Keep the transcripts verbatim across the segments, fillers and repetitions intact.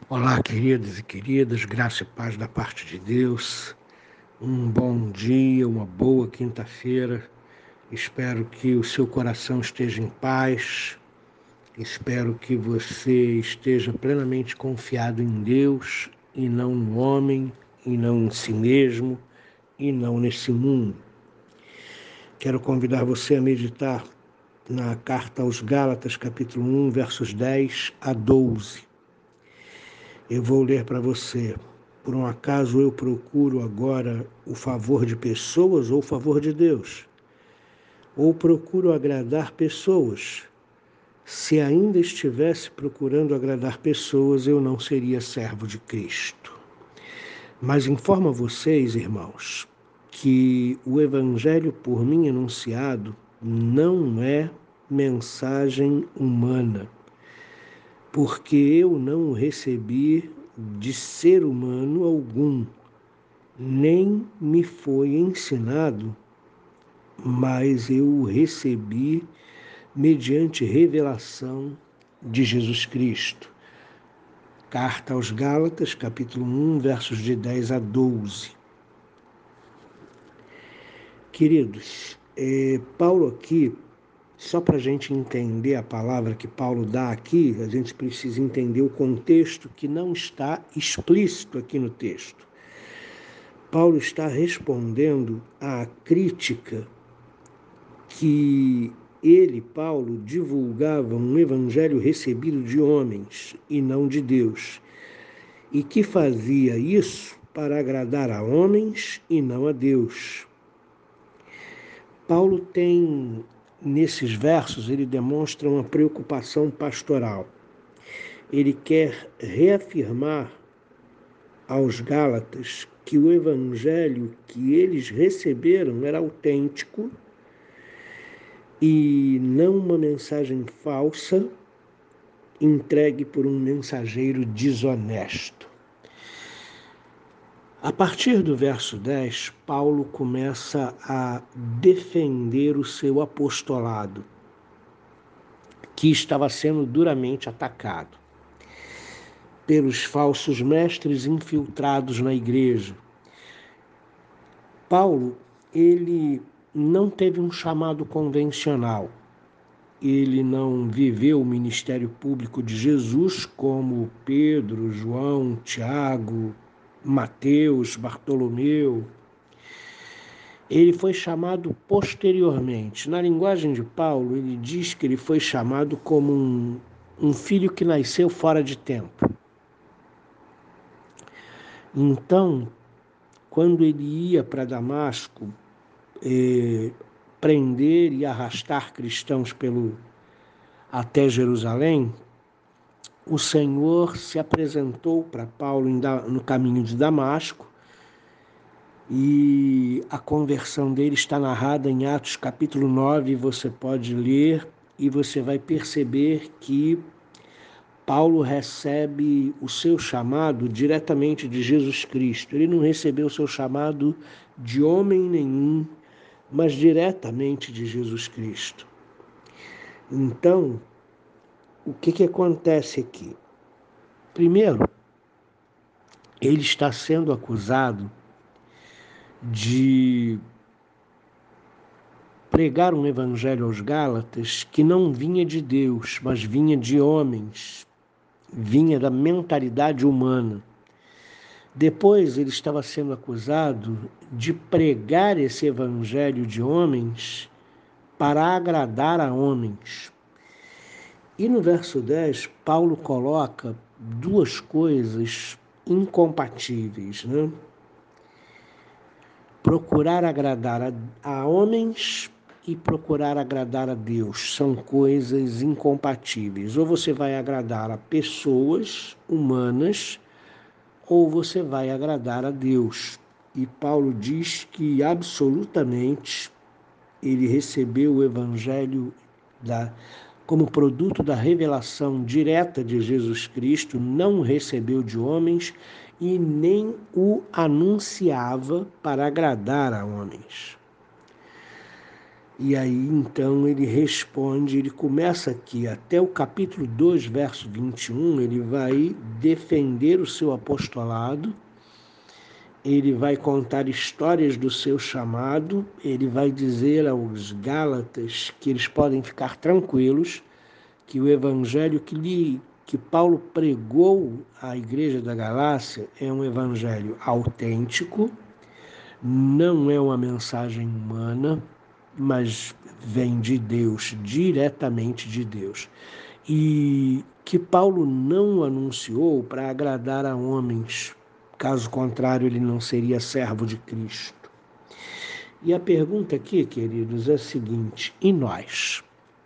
Olá, queridos e queridas, graça e paz da parte de Deus. Um bom dia, uma boa quinta-feira. Espero que o seu coração esteja em paz. Espero que você esteja plenamente confiado em Deus e não no homem, e não em si mesmo, e não nesse mundo. Quero convidar você a meditar na carta aos Gálatas, capítulo um, versos dez a doze. Eu vou ler para você. Por um acaso eu procuro agora o favor de pessoas ou o favor de Deus? Ou procuro agradar pessoas? Se ainda estivesse procurando agradar pessoas, eu não seria servo de Cristo. Mas informo a vocês, irmãos, que o evangelho por mim anunciado não é mensagem humana, porque eu não o recebi de ser humano algum, nem me foi ensinado, mas eu o recebi mediante revelação de Jesus Cristo. Carta aos Gálatas, capítulo um, versos de dez a doze. Queridos, é, Paulo aqui, só para a gente entender a palavra que Paulo dá aqui, a gente precisa entender o contexto que não está explícito aqui no texto. Paulo está respondendo à crítica que ele, Paulo, divulgava um evangelho recebido de homens e não de Deus, e que fazia isso para agradar a homens e não a Deus. Paulo tem, nesses versos, ele demonstra uma preocupação pastoral. Ele quer reafirmar aos Gálatas que o evangelho que eles receberam era autêntico e não uma mensagem falsa entregue por um mensageiro desonesto. A partir do verso dez, Paulo começa a defender o seu apostolado, que estava sendo duramente atacado pelos falsos mestres infiltrados na igreja. Paulo, ele não teve um chamado convencional. Ele não viveu o ministério público de Jesus como Pedro, João, Tiago, Mateus, Bartolomeu. Ele foi chamado posteriormente. Na linguagem de Paulo, ele diz que ele foi chamado como um, um filho que nasceu fora de tempo. Então, quando ele ia para Damasco, eh, prender e arrastar cristãos pelo, até Jerusalém, o Senhor se apresentou para Paulo no caminho de Damasco e a conversão dele está narrada em Atos capítulo nove, você pode ler e você vai perceber que Paulo recebe o seu chamado diretamente de Jesus Cristo. Ele não recebeu o seu chamado de homem nenhum, mas diretamente de Jesus Cristo. Então, o que, que acontece aqui? Primeiro, ele está sendo acusado de pregar um evangelho aos Gálatas que não vinha de Deus, mas vinha de homens, vinha da mentalidade humana. Depois ele estava sendo acusado de pregar esse evangelho de homens para agradar a homens. E no verso dez, Paulo coloca duas coisas incompatíveis, né? Procurar agradar a, a homens e procurar agradar a Deus são coisas incompatíveis. Ou você vai agradar a pessoas humanas, ou você vai agradar a Deus. E Paulo diz que absolutamente ele recebeu o evangelho da, como produto da revelação direta de Jesus Cristo, não recebeu de homens e nem o anunciava para agradar a homens. E aí, então, ele responde, ele começa aqui, até o capítulo dois, verso vinte e um, ele vai defender o seu apostolado, ele vai contar histórias do seu chamado, ele vai dizer aos Gálatas que eles podem ficar tranquilos, que o evangelho que, lhe, que Paulo pregou à igreja da Galácia é um evangelho autêntico, não é uma mensagem humana, mas vem de Deus, diretamente de Deus. E que Paulo não anunciou para agradar a homens, caso contrário, ele não seria servo de Cristo. E a pergunta aqui, queridos, é a seguinte: e nós?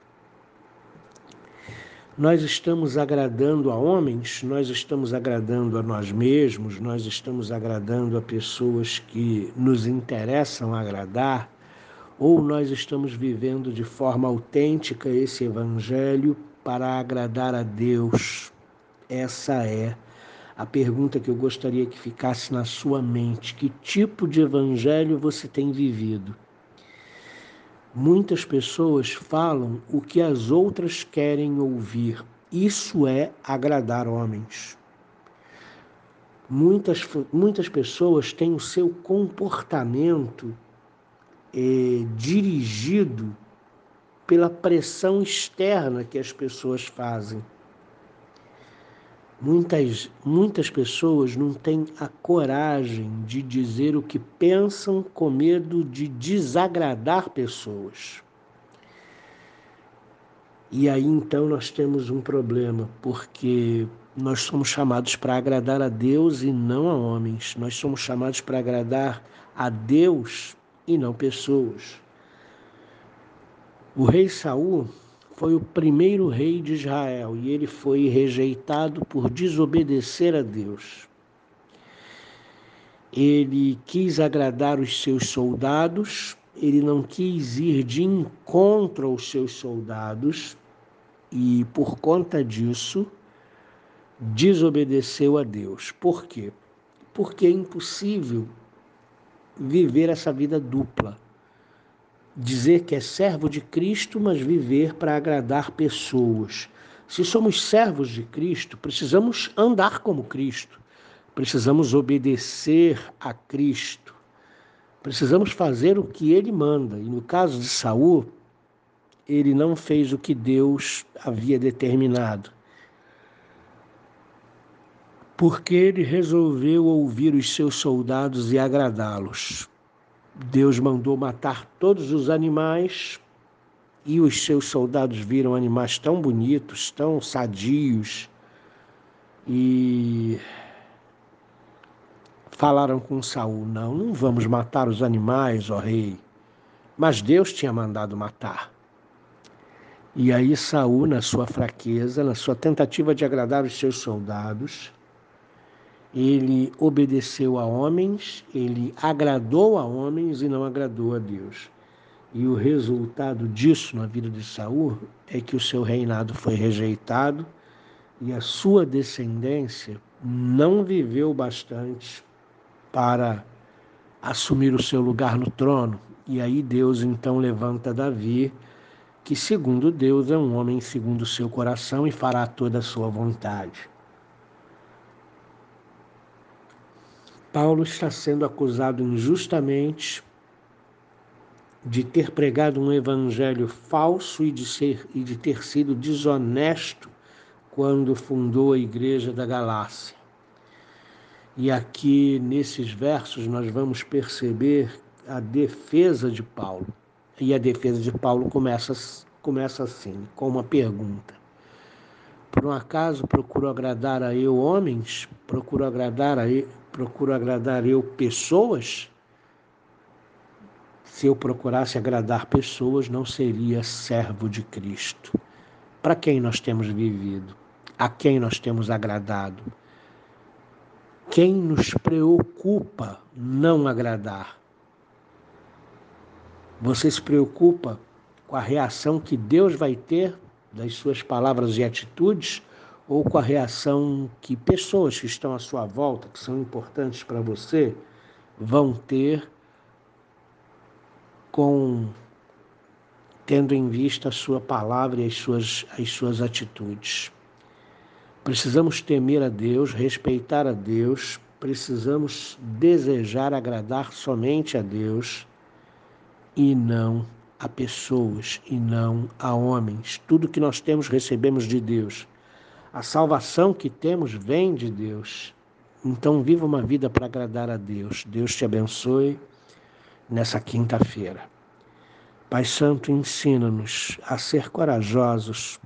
Nós estamos agradando a homens, nós estamos agradando a nós mesmos, nós estamos agradando a pessoas que nos interessam agradar, ou nós estamos vivendo de forma autêntica esse evangelho para agradar a Deus? Essa é a pergunta que eu gostaria que ficasse na sua mente. Que tipo de evangelho você tem vivido? Muitas pessoas falam o que as outras querem ouvir. Isso é agradar homens. Muitas, muitas pessoas têm o seu comportamento é, dirigido pela pressão externa que as pessoas fazem. Muitas, muitas pessoas não têm a coragem de dizer o que pensam com medo de desagradar pessoas. E aí então nós temos um problema, porque nós somos chamados para agradar a Deus e não a homens. Nós somos chamados para agradar a Deus e não pessoas. O rei Saul foi o primeiro rei de Israel e ele foi rejeitado por desobedecer a Deus. Ele quis agradar os seus soldados, ele não quis ir de encontro aos seus soldados e, por conta disso, desobedeceu a Deus. Por quê? Porque é impossível viver essa vida dupla. Dizer que é servo de Cristo, mas viver para agradar pessoas. Se somos servos de Cristo, precisamos andar como Cristo. Precisamos obedecer a Cristo. Precisamos fazer o que ele manda. E no caso de Saul, ele não fez o que Deus havia determinado, porque ele resolveu ouvir os seus soldados e agradá-los. Deus mandou matar todos os animais e os seus soldados viram animais tão bonitos, tão sadios, e falaram com Saul: não, não vamos matar os animais, ó rei. Mas Deus tinha mandado matar. E aí Saul, na sua fraqueza, na sua tentativa de agradar os seus soldados, ele obedeceu a homens, ele agradou a homens e não agradou a Deus. E o resultado disso na vida de Saul é que o seu reinado foi rejeitado e a sua descendência não viveu bastante para assumir o seu lugar no trono. E aí Deus então levanta Davi, que segundo Deus é um homem segundo o seu coração e fará toda a sua vontade. Paulo está sendo acusado injustamente de ter pregado um evangelho falso e de, ser, e de ter sido desonesto quando fundou a igreja da Galácia. E aqui, nesses versos, nós vamos perceber a defesa de Paulo. E a defesa de Paulo começa, começa assim, com uma pergunta: por um acaso procuro agradar a eu homens? Procuro agradar a eu, procuro agradar eu pessoas? Se eu procurasse agradar pessoas, não seria servo de Cristo. Para quem nós temos vivido? A quem nós temos agradado? Quem nos preocupa não agradar? Você se preocupa com a reação que Deus vai ter das suas palavras e atitudes, ou com a reação que pessoas que estão à sua volta, que são importantes para você, vão ter com tendo em vista a sua palavra e as suas, as suas atitudes. Precisamos temer a Deus, respeitar a Deus, precisamos desejar agradar somente a Deus e não a pessoas, e não a homens. Tudo que nós temos, recebemos de Deus. A salvação que temos vem de Deus. Então, viva uma vida para agradar a Deus. Deus te abençoe nessa quinta-feira. Pai Santo, ensina-nos a ser corajosos.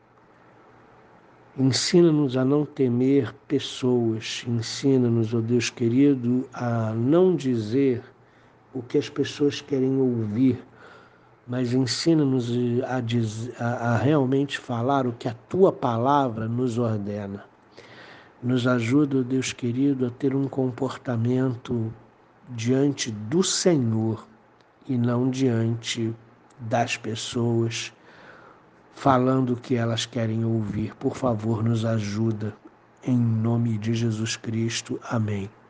Ensina-nos a não temer pessoas. Ensina-nos, ó Deus querido, a não dizer o que as pessoas querem ouvir, mas ensina-nos a, dizer, a, a realmente falar o que a Tua palavra nos ordena. Nos ajuda, Deus querido, a ter um comportamento diante do Senhor e não diante das pessoas, falando o que elas querem ouvir. Por favor, nos ajuda. Em nome de Jesus Cristo. Amém.